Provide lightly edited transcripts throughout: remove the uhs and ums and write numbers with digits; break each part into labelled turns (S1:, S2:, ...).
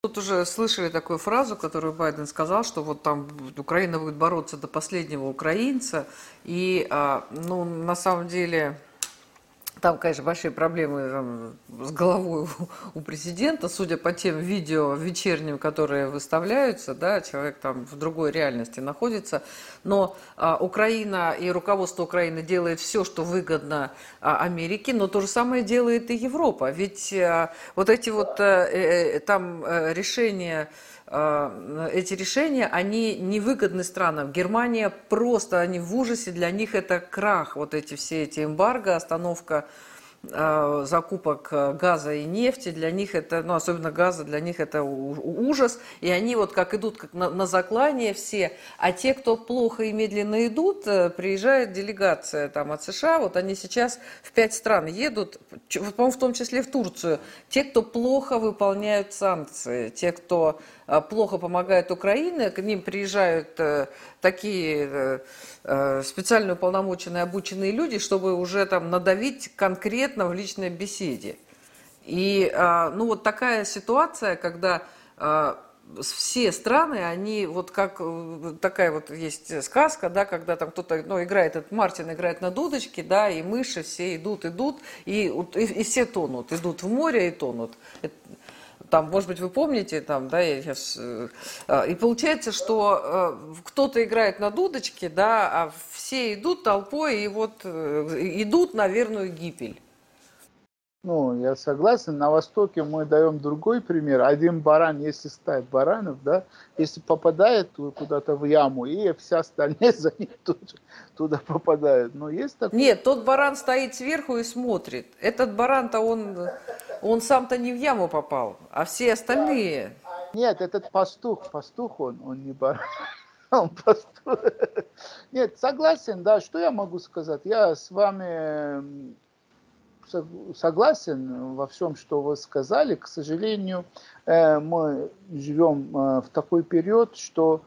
S1: Тут уже слышали такую фразу, которую Байден сказал, что вот там Украина будет бороться до последнего украинца. И, ну, на самом деле, там, конечно, большие проблемы с головой у президента, судя по тем видео вечерним, которые выставляются, да, человек там в другой реальности находится. Но Украина и руководство Украины делает все, что выгодно Америке, но то же самое делает и Европа. Ведь вот эти вот там решения, эти решения, они невыгодны странам. Германия просто, они в ужасе, для них это крах. Вот эти все эти эмбарго, остановка закупок газа и нефти, для них это, ну, особенно газа, для них это ужас. И они вот как идут как на заклание все. А те, кто плохо и медленно идут, приезжает делегация там от США, вот они сейчас в 5 стран едут, по-моему, в том числе в Турцию. Те, кто плохо выполняют санкции, те, кто плохо помогает Украине, к ним приезжают такие специально уполномоченные, обученные люди, чтобы уже там надавить конкретно в личной беседе. И, ну, вот такая ситуация, когда все страны, они вот как такая вот есть сказка, да, когда там кто-то, ну, играет, этот Мартин играет на дудочке, да, и мыши все идут, и все тонут, идут в море и тонут. Там, может быть, вы помните, там, да, я сейчас... И получается, что кто-то играет на дудочке, да, а все идут толпой и вот идут на верную гибель.
S2: Ну, я согласен. На Востоке мы даем другой пример. Один баран, если стая баранов, да, если попадает куда-то в яму, и все остальные за ним туда попадают. Но есть такой...
S1: Нет, тот баран стоит сверху и смотрит. Этот баран-то он сам-то не в яму попал, а все остальные.
S2: Нет, этот пастух он не баран. Он пастух. Нет, согласен, да, что я могу сказать? Я с вами согласен во всем, что вы сказали. К сожалению, мы живем в такой период, что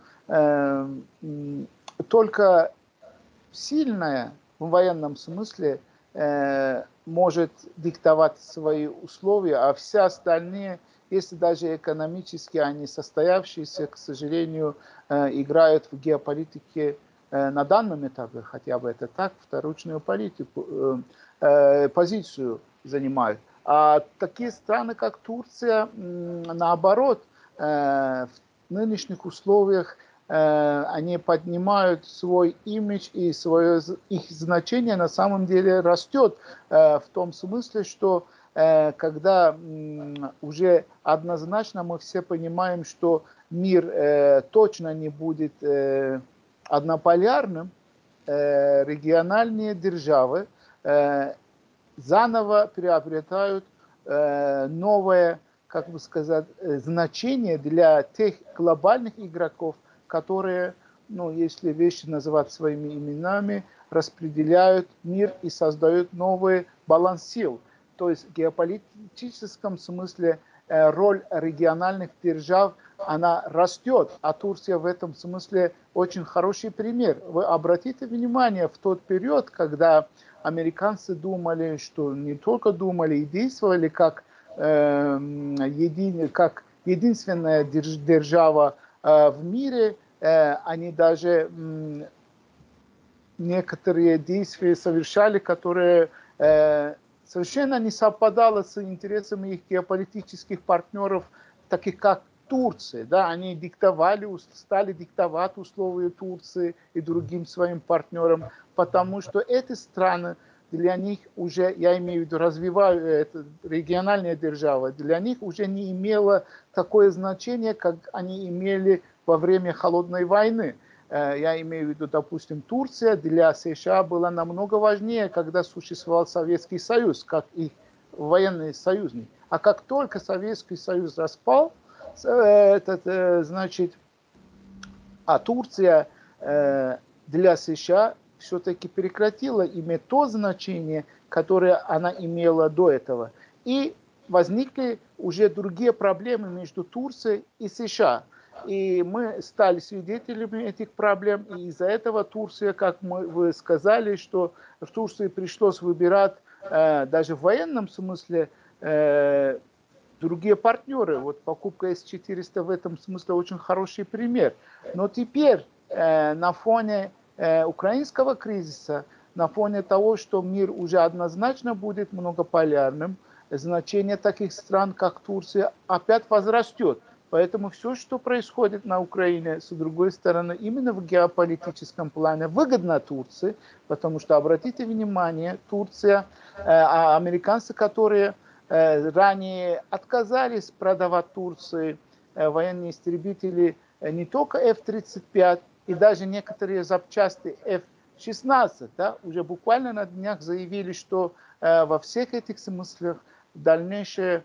S2: только сильная в военном смысле может диктовать свои условия, а все остальные, если даже экономически они состоявшиеся, к сожалению, играют в геополитике на данном этапе, хотя бы это так, вторичную политику, позицию занимают. А такие страны, как Турция, наоборот, в нынешних условиях они поднимают свой имидж, и их значение на самом деле растет в том смысле, что когда уже однозначно мы все понимаем, что мир точно не будет однополярным, региональные державы заново приобретают новое, как бы сказать, значение для тех глобальных игроков, которые, ну, если вещи называть своими именами, распределяют мир и создают новый баланс сил. То есть в геополитическом смысле роль региональных держав, она растет, а Турция в этом смысле очень хороший пример. Вы обратите внимание, в тот период, когда американцы думали, что не только думали и действовали как единственная держава в мире, они даже некоторые действия совершали, которые совершенно не совпадало с интересами их геополитических партнеров, таких как Турция. Да, они стали диктовать условия Турции и другим своим партнерам, потому что эти страны для них уже, я имею в виду, региональная держава, для них уже не имела такое значение, как они имели во время Холодной войны. Я имею в виду, допустим, Турция для США была намного важнее, когда существовал Советский Союз, как их военный союзник. А как только Советский Союз распал, значит, Турция для США все-таки прекратила иметь то значение, которое она имела до этого. И возникли уже другие проблемы между Турцией и США. И мы стали свидетелями этих проблем, и из-за этого Турция, как вы сказали, что в Турции пришлось выбирать даже в военном смысле другие партнеры. Вот покупка С-400 в этом смысле очень хороший пример. Но теперь на фоне украинского кризиса, на фоне того, что мир уже однозначно будет многополярным, значение таких стран, как Турция, опять возрастет. Поэтому все, что происходит на Украине, с другой стороны, именно в геополитическом плане выгодно Турции, потому что, обратите внимание, Турция, американцы, которые ранее отказались продавать Турции военные истребители не только F-35, и даже некоторые запчасти F-16, да, уже буквально на днях заявили, что во всех этих смыслах дальнейшее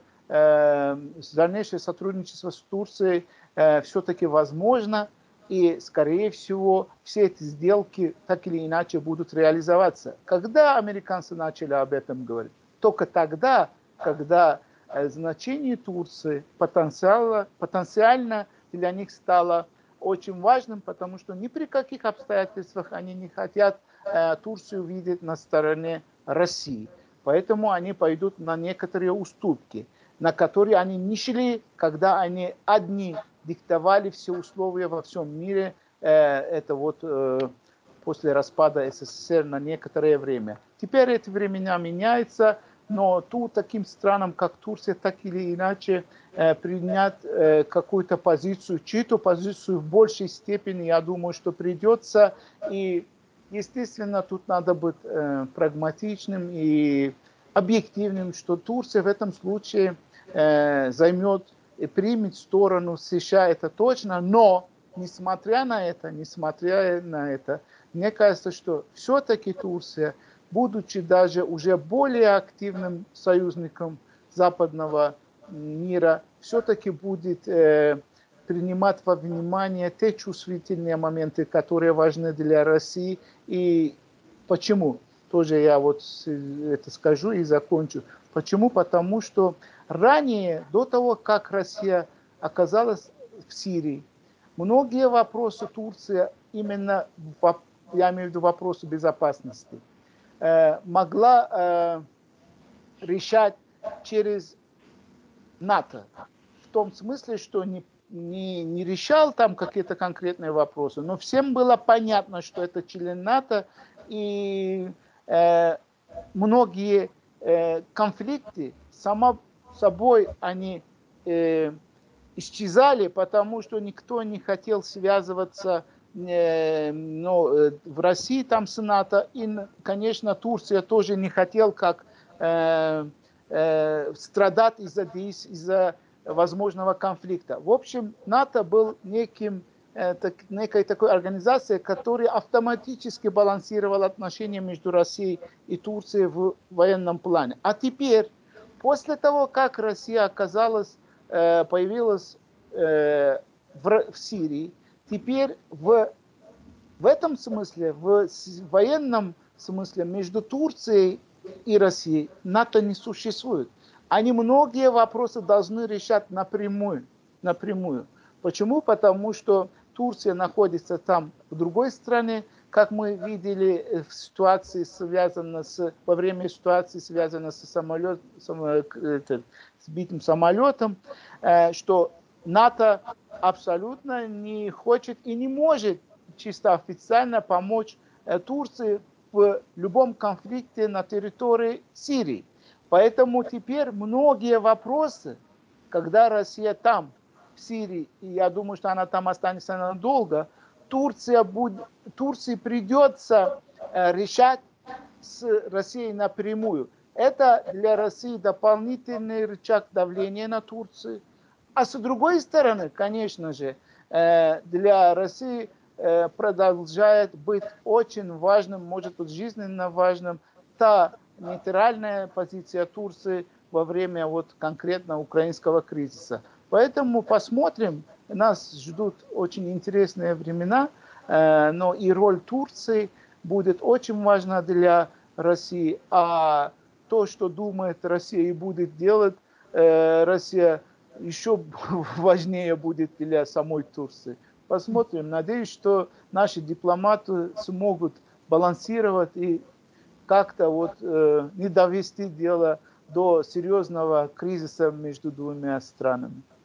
S2: сотрудничество с Турцией все-таки возможно, и, скорее всего, все эти сделки так или иначе будут реализоваться. Когда американцы начали об этом говорить? Только тогда, когда значение Турции потенциально для них стало очень важным, потому что ни при каких обстоятельствах они не хотят Турцию видеть на стороне России. Поэтому они пойдут на некоторые уступки, на которые они не шли, когда они одни диктовали все условия во всем мире. Это вот после распада СССР на некоторое время. Теперь эти времена меняются, но тут таким странам, как Турция, так или иначе принять какую-то позицию, чью-то позицию в большей степени, я думаю, что придется. И, естественно, тут надо быть прагматичным и объективным, что Турция в этом случае займет и примет сторону США, это точно, но несмотря на это, мне кажется, что все-таки Турция, будучи даже уже более активным союзником западного мира, все-таки будет принимать во внимание те чувствительные моменты, которые важны для России. И почему? Тоже я вот это скажу и закончу. Почему? Потому что ранее, до того, как Россия оказалась в Сирии, многие вопросы Турции, именно, я имею в виду вопросы безопасности, могла решать через НАТО. В том смысле, что не решал там какие-то конкретные вопросы, но всем было понятно, что это член НАТО, и многие конфликты само собой они исчезали, потому что никто не хотел связываться в России там с НАТО, и, конечно, Турция тоже не хотел как страдать из-за возможного конфликта. В общем, НАТО был некой такой организацией, которая автоматически балансировала отношения между Россией и Турцией в военном плане. А теперь, после того, как Россия появилась в Сирии, теперь в этом смысле, в военном смысле между Турцией и Россией НАТО не существует. Они многие вопросы должны решать напрямую. Почему? Потому что Турция находится там, в другой стране, как мы видели во время ситуации, связанной с сбитым самолетом, что НАТО абсолютно не хочет и не может чисто официально помочь Турции в любом конфликте на территории Сирии. Поэтому теперь многие вопросы, когда Россия там, в Сирии, и я думаю, что она там останется надолго, Турции придется решать с Россией напрямую. Это для России дополнительный рычаг давления на Турцию. А с другой стороны, конечно же, для России продолжает быть очень важным, может быть, жизненно важным та нейтральная позиция Турции во время вот конкретно украинского кризиса. Поэтому посмотрим, нас ждут очень интересные времена, но и роль Турции будет очень важна для России. А то, что думает Россия и будет делать Россия, еще важнее будет для самой Турции. Посмотрим. Надеюсь, что наши дипломаты смогут балансировать и как-то вот не довести дело до серьезного кризиса между двумя странами.